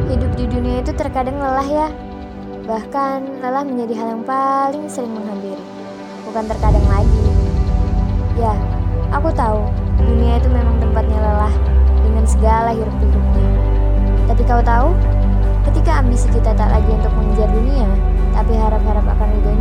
Hidup di dunia itu terkadang lelah ya. Bahkan lelah menjadi hal yang paling sering menghampiri. Bukan terkadang lagi. Ya, aku tahu dunia itu memang tempatnya lelah dengan segala hiruk-pikuknya. Tapi kau tahu, ketika ambisi kita tak lagi untuk mengejar dunia, tapi harap-harap akan ridho